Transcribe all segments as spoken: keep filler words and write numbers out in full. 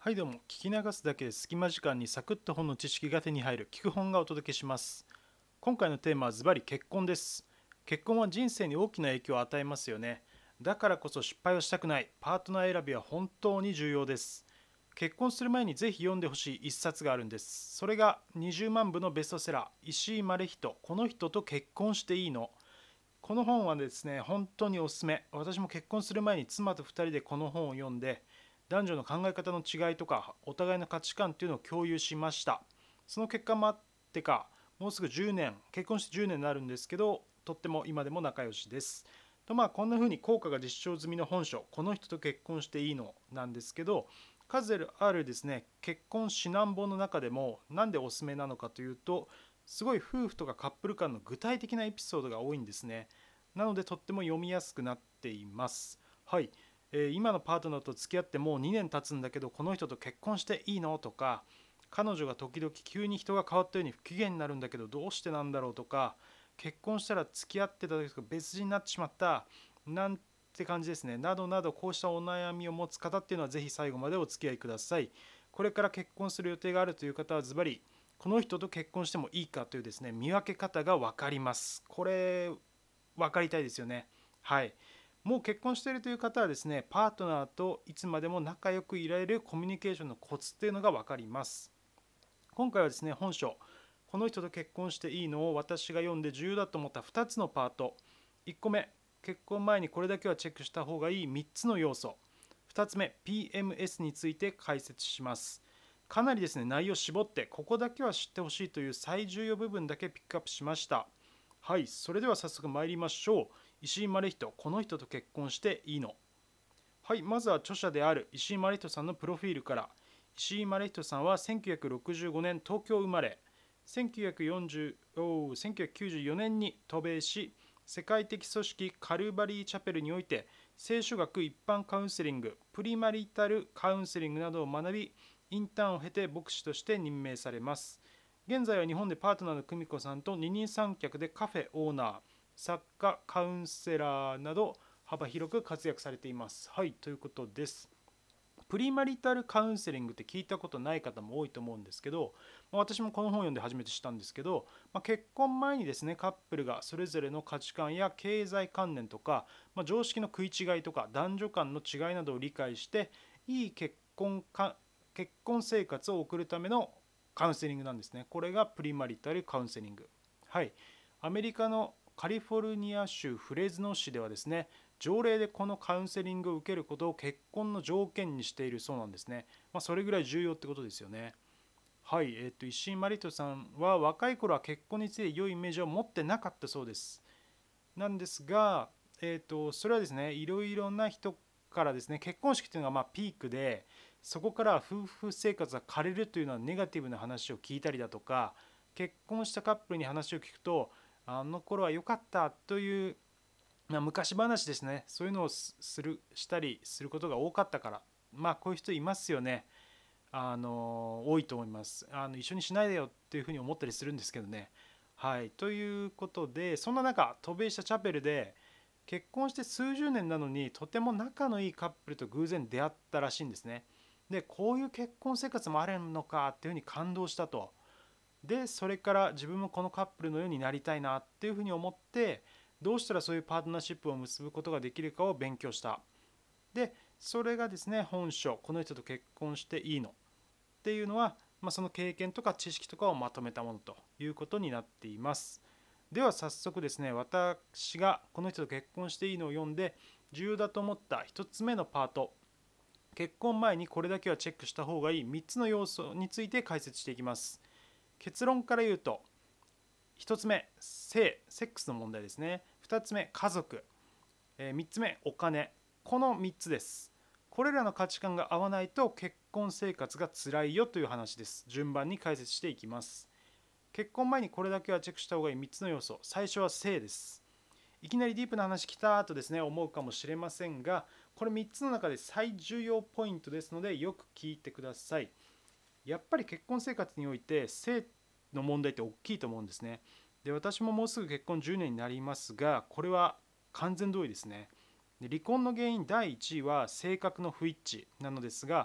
はいどうも、聞き流すだけで隙間時間にサクッと本の知識が手に入る聞く本がお届けします。今回のテーマはズバリ結婚です。結婚は人生に大きな影響を与えますよね。だからこそ失敗をしたくない、パートナー選びは本当に重要です。結婚する前にぜひ読んでほしい一冊があるんです。それがにじゅうまん部のベストセラー、石井マ人、この人と結婚していいの。この本はですね、本当におすすめ。私も結婚する前に妻とふたりでこの本を読んで、男女の考え方の違いとか、お互いの価値観っていうのを共有しました。その結果もあってか、もうすぐじゅうねん、結婚してじゅうねんになるんですけど、とっても今でも仲良しです。とまあこんな風に効果が実証済みの本書、この人と結婚していいのなんですけど、数あるですね、結婚指南本の中でもなんでおすすめなのかというと、すごい夫婦とかカップル間の具体的なエピソードが多いんですね。なのでとっても読みやすくなっています。はい、えー今のパートナーと付き合ってもうにねん経つんだけどこの人と結婚していいのとか、彼女が時々急に人が変わったように不機嫌になるんだけどどうしてなんだろうとか、結婚したら付き合ってた時とか別人になってしまったなんて感じですね。などなどこうしたお悩みを持つ方っていうのはぜひ最後までお付き合いください。これから結婚する予定があるという方はズバリこの人と結婚してもいいかというですね見分け方が分かります。これ分かりたいですよね。はい。もう結婚しているという方はですね、パートナーといつまでも仲良くいられるコミュニケーションのコツっていうのが分かります。今回はですね、本書、この人と結婚していいのを私が読んで重要だと思ったふたつのパート。いっこめ、結婚前にこれだけはチェックした方がいいみっつの要素。ふたつめ、ピーエムエス について解説します。かなりですね、内容を絞って、ここだけは知ってほしいという最重要部分だけピックアップしました。はい、それでは早速参りましょう。石井マレヒト、この人と結婚していいの。はい、まずは著者である石井マレヒトさんのプロフィールから。石井マレヒトさんはせんきゅうひゃくろくじゅうごねん東京生まれ、せんきゅうひゃくよんじゅうおせんきゅうひゃくきゅうじゅうよねんに渡米し、世界的組織カルバリーチャペルにおいて聖書学一般カウンセリング、プリマリタルカウンセリングなどを学び、インターンを経て牧師として任命されます。現在は日本でパートナーの久美子さんと二人三脚でカフェオーナー、作家、カウンセラーなど幅広く活躍されています。はい、ということです。プリマリタルカウンセリングって聞いたことない方も多いと思うんですけど、まあ私もこの本を読んで初めて知ったんですけど、まあ、結婚前にですねカップルがそれぞれの価値観や経済観念とか、まあ、常識の食い違いとか男女間の違いなどを理解していい結婚か結婚生活を送るためのカウンセリングなんですね。これがプリマリタルカウンセリング。はい。アメリカのカリフォルニア州フレズノ市ではですね、条例でこのカウンセリングを受けることを結婚の条件にしているそうなんですね。まあ、それぐらい重要ってことですよね。はい、えっ、と石井マリトさんは若い頃は結婚について良いイメージを持ってなかったそうです。なんですが、えっ、とそれはですね、いろいろな人からですね、結婚式というのがまあピークで、そこから夫婦生活が枯れるというのはネガティブな話を聞いたりだとか、結婚したカップルに話を聞くと、あの頃は良かったというまあ、昔話ですね、そういうのをするしたりすることが多かったから、まあこういう人いますよね。あの多いと思います。あの一緒にしないでよっていうふうに思ったりするんですけどね。はい、ということでそんな中渡米したチャペルで結婚して数十年なのにとても仲のいいカップルと偶然出会ったらしいんですね。でこういう結婚生活もあるのかっていうふうに感動したと。でそれから自分もこのカップルのようになりたいなっていうふうに思って、どうしたらそういうパートナーシップを結ぶことができるかを勉強した。でそれがですね本書「この人と結婚していいの」っていうのは、まあ、その経験とか知識とかをまとめたものということになっています。では早速ですね、私がこの人と結婚していいのを読んで重要だと思ったひとつめのパート、結婚前にこれだけはチェックした方がいいみっつの要素について解説していきます。結論から言うと、ひとつめ性セックスの問題ですね。ふたつめ家族、えーみっつめお金。このみっつです。これらの価値観が合わないと結婚生活が辛いよという話です。順番に解説していきます。結婚前にこれだけはチェックした方がいいみっつの要素。最初は性です。いきなりディープな話きたとですね思うかもしれませんが、これみっつの中で最重要ポイントですのでよく聞いてください。やっぱり結婚生活において性の問題って大きいと思うんですね。で私ももうすぐ結婚じゅうねんになりますが、これは完全同意ですね。で離婚の原因だいいちいは性格の不一致なのですが、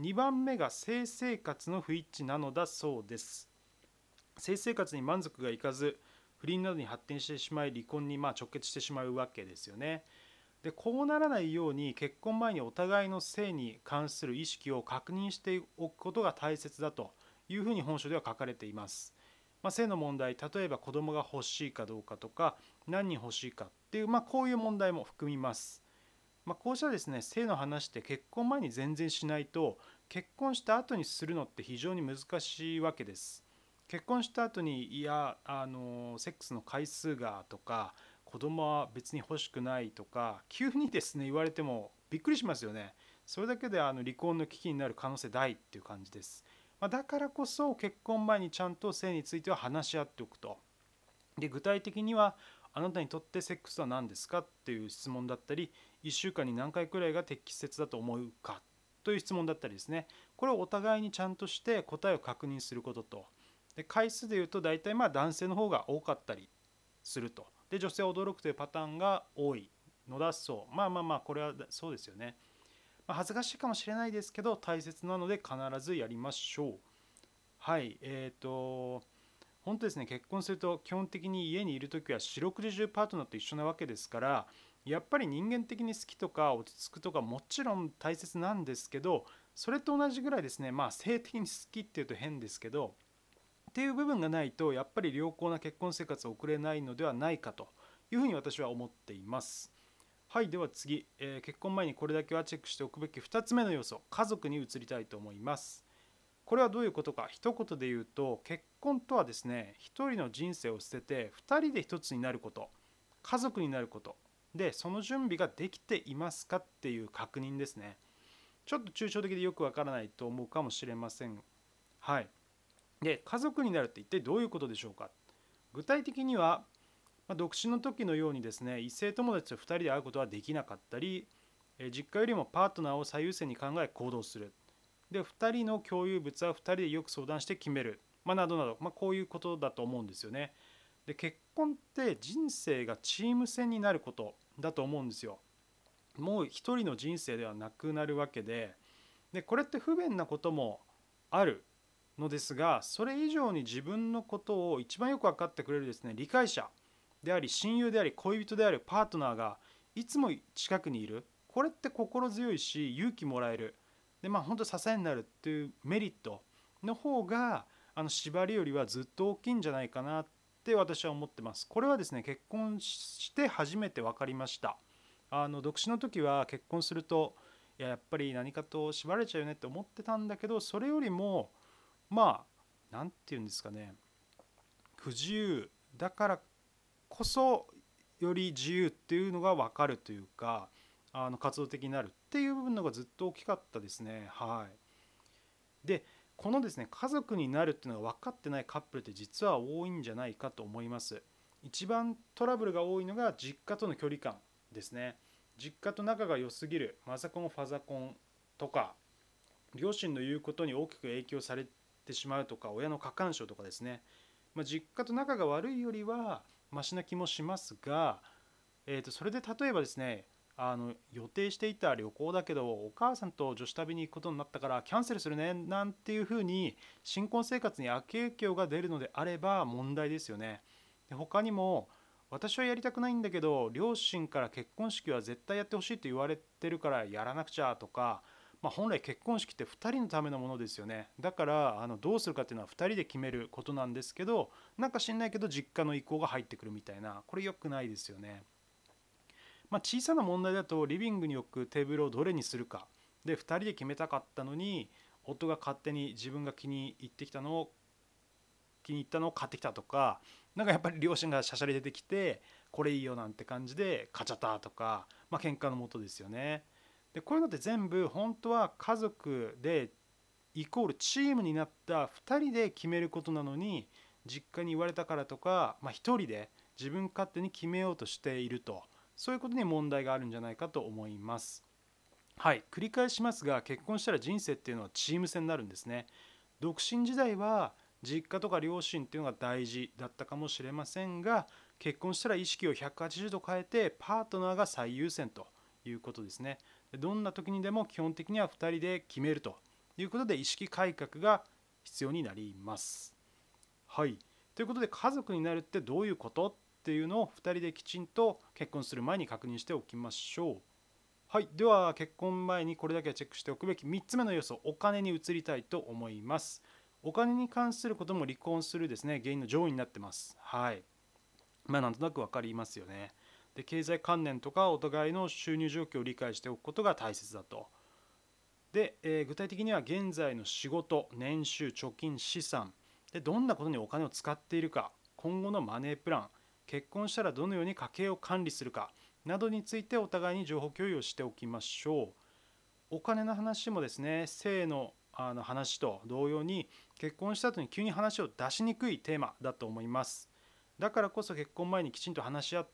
にばんめが性生活の不一致なのだそうです。性生活に満足がいかず不倫などに発展してしまい離婚にまあ直結してしまうわけですよね。でこうならないように結婚前にお互いの性に関する意識を確認しておくことが大切だというふうに本書では書かれています。まあ、性の問題、例えば子供が欲しいかどうかとか何人欲しいかっていう、まあ、こういう問題も含みます。まあ、こうしたですね性の話って結婚前に全然しないと結婚した後にするのって非常に難しいわけです。結婚した後にいやあのセックスの回数がとか子供は別に欲しくないとか急にですね言われてもびっくりしますよね。それだけであの離婚の危機になる可能性大っていう感じです。まあ、だからこそ結婚前にちゃんと性については話し合っておくと。で具体的にはあなたにとってセックスとは何ですかっていう質問だったりいっしゅうかんに何回くらいが適切だと思うかという質問だったりですね、これをお互いにちゃんとして答えを確認することと、で回数でいうと大体まあ男性の方が多かったりすると、で女性は驚くというパターンが多いのだそう。まあまあまあこれはそうですよね。まあ、恥ずかしいかもしれないですけど大切なので必ずやりましょう。はいえっ、ー、と本当ですね、結婚すると基本的に家にいるときは四六時中パートナーと一緒なわけですから、やっぱり人間的に好きとか落ち着くとかもちろん大切なんですけど、それと同じぐらいですね、まあ性的に好きっていうと変ですけどっていう部分がないとやっぱり良好な結婚生活を送れないのではないかというふうに私は思っています。はい、では次、えー結婚前にこれだけはチェックしておくべきふたつめの要素、家族に移りたいと思います。これはどういうことか、一言で言うと結婚とはですね、一人の人生を捨てて二人で一つになること、家族になることで、その準備ができていますかっていう確認ですね。ちょっと抽象的でよくわからないと思うかもしれません。はい。で家族になるって一体どういうことでしょうか。具体的には、まあ、独身の時のようにですね、異性友達とふたりで会うことはできなかったり、実家よりもパートナーを最優先に考え行動する。でふたりの共有物はふたりでよく相談して決める、まあ、などなど、まあ、こういうことだと思うんですよね。で結婚って人生がチーム戦になることだと思うんですよ。もう一人の人生ではなくなるわけで、でこれって不便なこともあるのですが、それ以上に自分のことを一番よく分かってくれるですね理解者であり親友であり恋人であるパートナーがいつも近くにいる、これって心強いし勇気もらえる。でまあ本当支えになるっていうメリットの方があの縛りよりはずっと大きいんじゃないかなって私は思ってます。これはですね結婚して初めて分かりました。あの独身の時は結婚するといややっぱり何かと縛られちゃうよねって思ってたんだけど、それよりもまあ何て言うんですかね、不自由だからこそより自由っていうのが分かるというか、あの活動的になるっていう部分のがずっと大きかったですね。はい。でこのですね家族になるっていうのが分かってないカップルって実は多いんじゃないかと思います。一番トラブルが多いのが実家との距離感ですね。実家と仲が良すぎるマザコンファザコンとか、両親の言うことに大きく影響されてしまうとか、親の過干渉とかですね、まあ、実家と仲が悪いよりはマシな気もしますが、えー、とそれで例えばですね、あの予定していた旅行だけどお母さんと女子旅に行くことになったからキャンセルするねなんていうふうに新婚生活に悪影響が出るのであれば問題ですよね。で他にも私はやりたくないんだけど両親から結婚式は絶対やってほしいと言われてるからやらなくちゃとか、まあ、本来結婚式ってふたりのためのものですよね。だからあのどうするかっていうのはふたりで決めることなんですけど、なんか知んないけど実家の意向が入ってくるみたいな、これ良くないですよね。まあ、小さな問題だとリビングに置くテーブルをどれにするかでふたりで決めたかったのに夫が勝手に自分が気に入ってきたのを気に入ったのを買ってきたとか、なんかやっぱり両親がしゃしゃり出てきてこれいいよなんて感じで買っちゃったとか、まあ喧嘩のもとですよね。でこういうのって全部本当は家族でイコールチームになったふたりで決めることなのに、実家に言われたからとか、まあ、ひとりで自分勝手に決めようとしていると、そういうことに問題があるんじゃないかと思います。はい、繰り返しますが結婚したら人生っていうのはチーム戦になるんですね。独身時代は実家とか両親っていうのが大事だったかもしれませんが、結婚したら意識をひゃくはちじゅうど変えてパートナーが最優先ということですね。どんな時にでも基本的にはふたりで決めるということで意識改革が必要になります。はい。ということで家族になるってどういうことっていうのをふたりできちんと結婚する前に確認しておきましょう。はい。では結婚前にこれだけはチェックしておくべきみっつめの要素、お金に移りたいと思います。お金に関することも離婚するですね、原因の上位になってます。はい。まあなんとなく分かりますよね。で、経済観念とかお互いの収入状況を理解しておくことが大切だと。で、えー具体的には現在の仕事、年収、貯金、資産でどんなことにお金を使っているか、今後のマネープラン、結婚したらどのように家計を管理するかなどについてお互いに情報共有をしておきましょう。お金の話もですね、性のあの話と同様に結婚した後に急に話を出しにくいテーマだと思います。だからこそ結婚前にきちんと話し合って、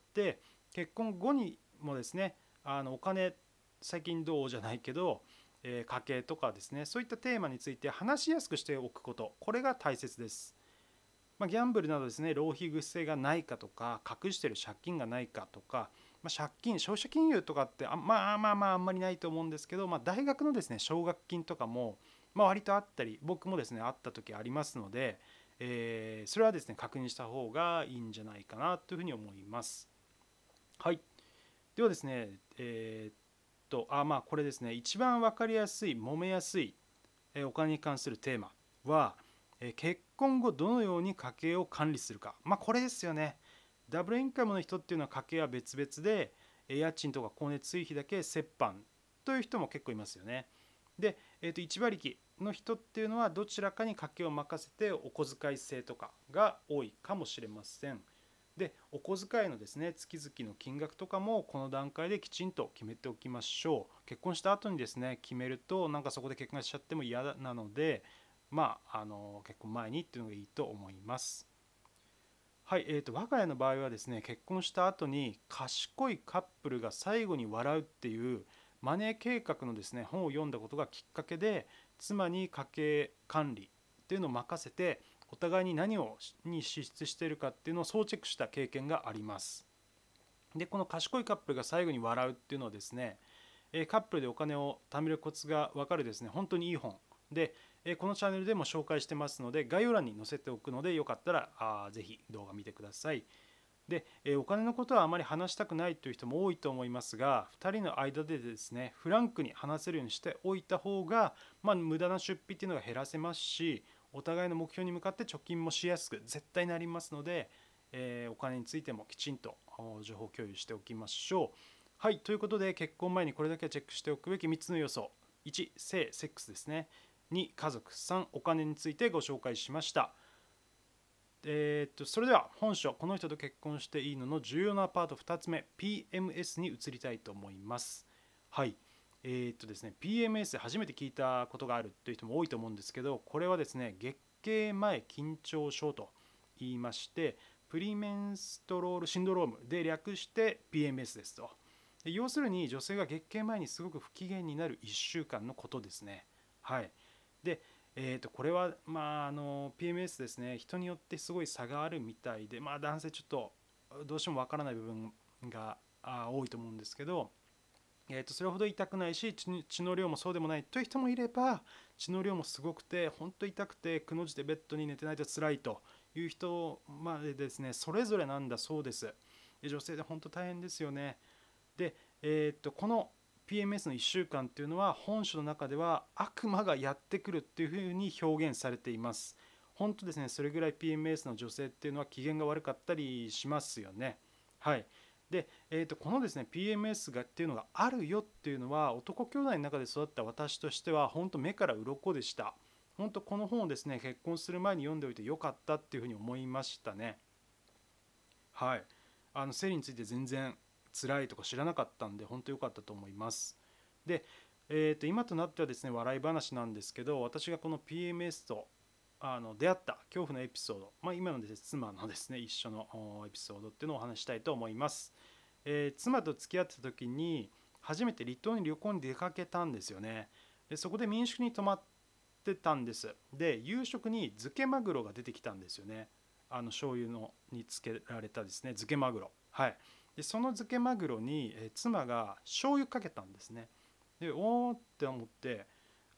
結婚後にもですね、あのお金最近どうじゃないけど、えー家計とかですね、そういったテーマについて話しやすくしておくこと、これが大切です。まあ、ギャンブルなどですね、浪費癖がないかとか、隠している借金がないかとか、まあ、借金、消費者金融とかってあまあまあまああんまりないと思うんですけど、まあ、大学のですね、奨学金とかも、まあ、割とあったり、僕もですね、あった時ありますので、えーそれはですね、確認した方がいいんじゃないかなというふうに思います。はい。ではですね、えーっと、あ、まあこれですね、一番分かりやすい、揉めやすい、えーお金に関するテーマは、えー結婚後どのように家計を管理するか。まあこれですよね。ダブルインカムの人っていうのは家計は別々で、えー家賃とか光熱費だけ折半という人も結構いますよね。で、えーといち割引の人っていうのはどちらかに家計を任せてお小遣い制とかが多いかもしれません。で、お小遣いのですね、月々の金額とかもこの段階できちんと決めておきましょう。結婚した後にですね、決めると、なんかそこで結婚しちゃっても嫌なので、まあ、あの結婚前にっていうのがいいと思います。はい、えーと、我が家の場合はですね、結婚した後に賢いカップルが最後に笑うっていうマネー計画のですね、本を読んだことがきっかけで、妻に家計管理っていうのを任せて、お互いに何をに支出しているかっていうのを総チェックした経験があります。で、この賢いカップルが最後に笑うっていうのはですね、えカップルでお金を貯めるコツが分かるですね、本当にいい本で、えこのチャンネルでも紹介してますので、概要欄に載せておくので、よかったらあぜひ動画見てください。で、えお金のことはあまり話したくないという人も多いと思いますが、ふたりの間でですね、フランクに話せるようにしておいた方が、まあ、無駄な出費っていうのが減らせますし、お互いの目標に向かって貯金もしやすく絶対なりますので、えーお金についてもきちんと情報共有しておきましょう。はい、ということで結婚前にこれだけはチェックしておくべきみっつの要素。いち、性、セックスですね。に、家族。さん、お金についてご紹介しました。えー、っとそれでは本書「この人と結婚していいの?」の重要なパートふたつめ ピーエムエス に移りたいと思います。はい。えー、っとですね ピーエムエス 初めて聞いたことがあるという人も多いと思うんですけど、これはですね月経前緊張症と言いまして、プリメンストロールシンドロームで略して ピーエムエス ですと。要するに女性が月経前にすごく不機嫌になるいっしゅうかんのことですね。はい。で、えー、とこれは、まあ、あの ピーエムエス ですね、人によってすごい差があるみたいで、まあ、男性ちょっとどうしてもわからない部分が多いと思うんですけど、えー、とそれほど痛くないし血血の量もそうでもないという人もいれば、血の量もすごくて本当痛くてくの字でベッドに寝てないと辛いという人までですね、それぞれなんだそうです。で、女性で本当大変ですよね。で、えー、とこの ピーエムエス のいっしゅうかんっていうのは本書の中では悪魔がやってくるっていうふうに表現されています。本当ですね、それぐらい ピーエムエス の女性っていうのは機嫌が悪かったりしますよね。はい。で、えー、とこのですね ピーエムエス がっていうのがあるよっていうのは、男兄弟の中で育った私としては本当目から鱗でした。本当この本をですね結婚する前に読んでおいてよかったっていうふうに思いましたね。はい。あの生理について全然辛いとか知らなかったんで本当良かったと思います。で、えー、と今となってはですね笑い話なんですけど、私がこの ピーエムエス とあの出会った恐怖のエピソード、まあ、今のです、ね、妻のですね一緒のエピソードっていうのをお話したいと思います。えー妻と付き合ってた時に初めて離島に旅行に出かけたんですよね。でそこで民宿に泊まってたんです。で、夕食に漬けマグロが出てきたんですよね。あの醤油のにつけられたですね漬けマグロ。はい。でその漬けマグロに、えー妻が醤油かけたんですね。で、おーって思って、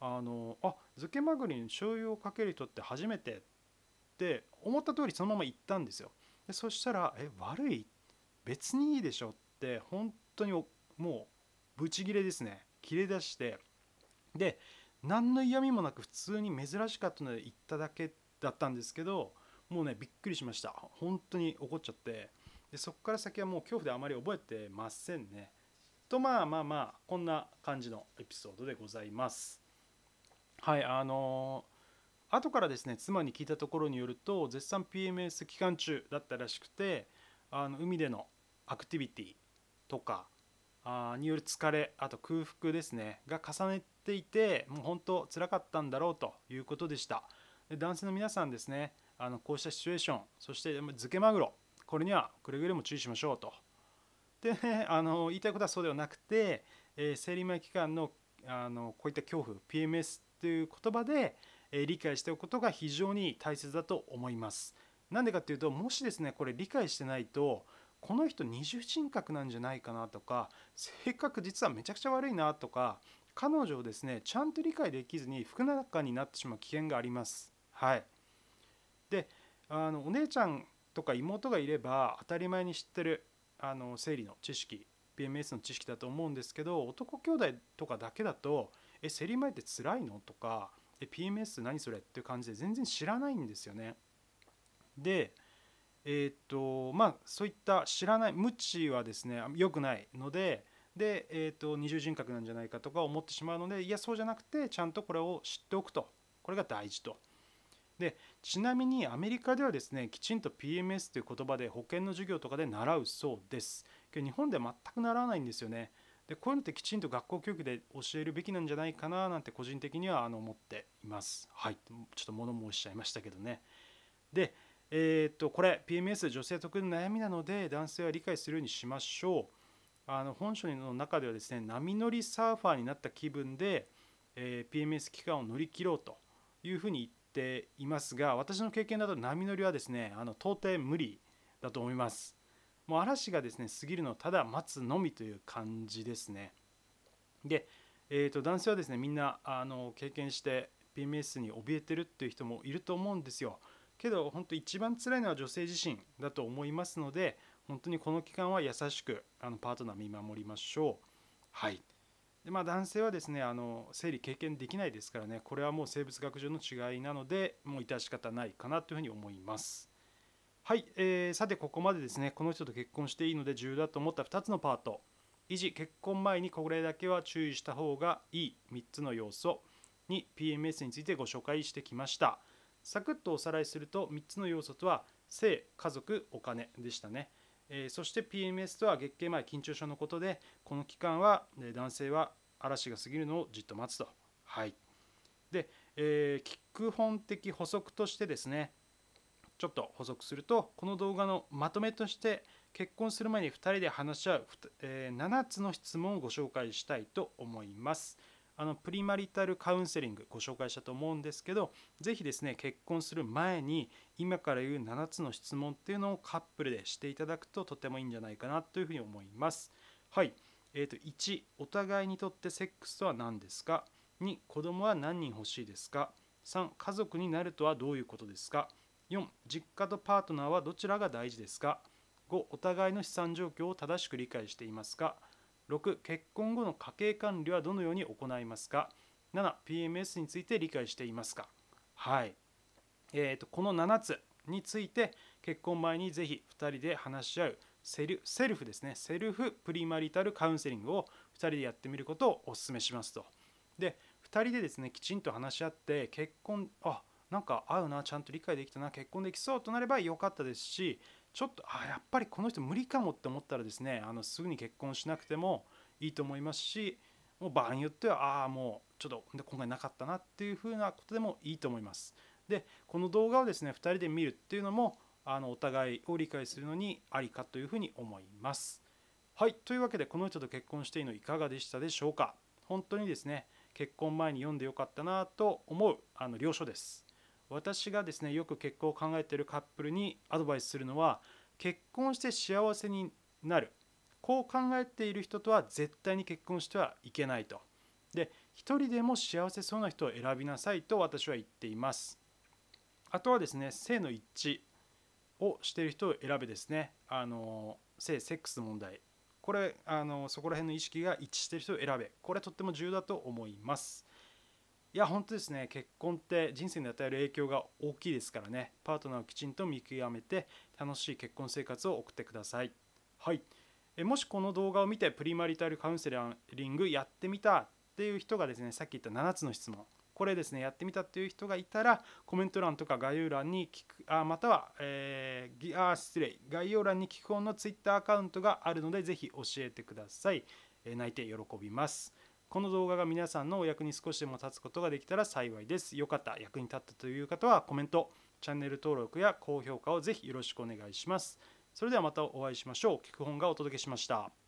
あのあ漬けまぐりに醤油をかける人って初めてって思った通りそのまま言ったんですよ。でそしたら「え悪い、別にいいでしょ」って本当にもうブチギレですね、切れ出して、で何の嫌味もなく普通に珍しかったので言っただけだったんですけど、もうねびっくりしました。本当に怒っちゃって、でそこから先はもう恐怖であまり覚えてませんね。とまあまあまあこんな感じのエピソードでございます。はい、あのー後からですね妻に聞いたところによると絶賛 ピーエムエス 期間中だったらしくて、あの海でのアクティビティとかあによる疲れ、あと空腹ですねが重ねていて、もう本当辛かったんだろうということでした。で男性の皆さんですね、あのこうしたシチュエーション、そして漬けマグロ、これにはくれぐれも注意しましょうと。でね、あの言いたいことはそうではなくて、えー生理前期間のあのこういった恐怖 ピーエムエス という言葉で、えー理解しておくことが非常に大切だと思います。なんでかっていうと、もしですねこれ理解してないと、この人二重人格なんじゃないかなとか、性格実はめちゃくちゃ悪いなとか、彼女をですねちゃんと理解できずに不仲になってしまう危険があります。はい。であのお姉ちゃんとか妹がいれば当たり前に知ってるあの生理の知識、 ピーエムエス の知識だと思うんですけど、男兄弟とかだけだと「え生理前って辛いの?」とか「え ピーエムエス 何それ?」っていう感じで全然知らないんですよね。でえーっとまあそういった知らない無知はですね良くないので、で、えーっと二重人格なんじゃないかとか思ってしまうので、いやそうじゃなくてちゃんとこれを知っておくと、これが大事と。でちなみにアメリカではですねきちんと ピーエムエス という言葉で保険の授業とかで習うそうです。けど日本では全く習わないんですよね。でこういうのってきちんと学校教育で教えるべきなんじゃないかななんて個人的にはあの思っています。はい、ちょっと物申しちゃいましたけどね。でえーっとこれ ピーエムエス 女性特有の悩みなので男性は理解するようにしましょう。あの本書の中ではですね波乗りサーファーになった気分で、えー ピーエムエス 期間を乗り切ろうというふうに言っていますが、私の経験だと波乗りはですねあの到底無理だと思います。もう嵐がですね過ぎるのをただ待つのみという感じですね。で、えー、と男性はですねみんなあの経験して ピーエムエス に怯えてるっていう人もいると思うんですよ。けど本当一番辛いのは女性自身だと思いますので、本当にこの期間は優しくあのパートナー見守りましょう。はい。でまあ、男性はですねあの生理経験できないですからね、これはもう生物学上の違いなのでもう致し方ないかなというふうに思います。はい、えーさてここまでですねこの人と結婚していいので重要だと思ったふたつのパート、維持結婚前にこれだけは注意した方がいいみっつの要素に ピーエムエス についてご紹介してきました。サクッとおさらいするとみっつの要素とは性、家族、お金でしたね。えーそして ピーエムエス とは月経前緊張症のことで、この期間は男性は嵐が過ぎるのをじっと待つと。はい。で、えー、基本的補足としてですね、ちょっと補足すると、この動画のまとめとして結婚する前にふたりで話し合う、えーななつの質問をご紹介したいと思います。あのプリマリタルカウンセリングご紹介したと思うんですけど、ぜひですね結婚する前に今から言うななつの質問っていうのをカップルでしていただくととてもいいんじゃないかなというふうに思います。はい、えー、といち、お互いにとってセックスとは何ですか。に、子供は何人欲しいですか。さん、家族になるとはどういうことですか。よん、実家とパートナーはどちらが大事ですか。ご、お互いの資産状況を正しく理解していますか。ろく、結婚後の家計管理はどのように行いますか。なな、ピーエムエス について理解していますか。はい。えーと、このななつについて結婚前にぜひふたりで話し合うセルセルフですね、セルフプリマリタルカウンセリングをふたりでやってみることをお勧めしますと。で、ふたりでですね、きちんと話し合って結婚、あ、なんか合うな、ちゃんと理解できたな、結婚できそうとなれば良かったですし、ちょっとあやっぱりこの人無理かもって思ったらですね、あのすぐに結婚しなくてもいいと思いますし、もう場合によってはああもうちょっとで今回なかったなっていう風なことでもいいと思います。でこの動画をですねふたりで見るっていうのもあのお互いを理解するのにありかというふうに思います。はい、というわけでこの人と結婚していいのいかがでしたでしょうか。本当にですね結婚前に読んでよかったなと思うあの了書です。私がですねよく結婚を考えているカップルにアドバイスするのは、結婚して幸せになる、こう考えている人とは絶対に結婚してはいけないと。で一人でも幸せそうな人を選びなさいと私は言っています。あとはですね、性の一致をしている人を選べですね。あの性セックスの問題、これあのそこら辺の意識が一致している人を選べ、これとっても重要だと思います。いや本当ですね、結婚って人生に与える影響が大きいですからね、パートナーをきちんと見極めて楽しい結婚生活を送ってください。はい。えもしこの動画を見てプリマリタルカウンセリングやってみたっていう人がですね、さっき言ったななつの質問、これですねやってみたっていう人がいたら、コメント欄とか概要欄に聞くあまたは、えー、あ失礼概要欄に聞く本のツイッターアカウントがあるので、ぜひ教えてください。えー、泣いて喜びます。この動画が皆さんのお役に少しでも立つことができたら幸いです。よかった、役に立ったという方はコメント、チャンネル登録や高評価をぜひよろしくお願いします。それではまたお会いしましょう。聞く本がお届けしました。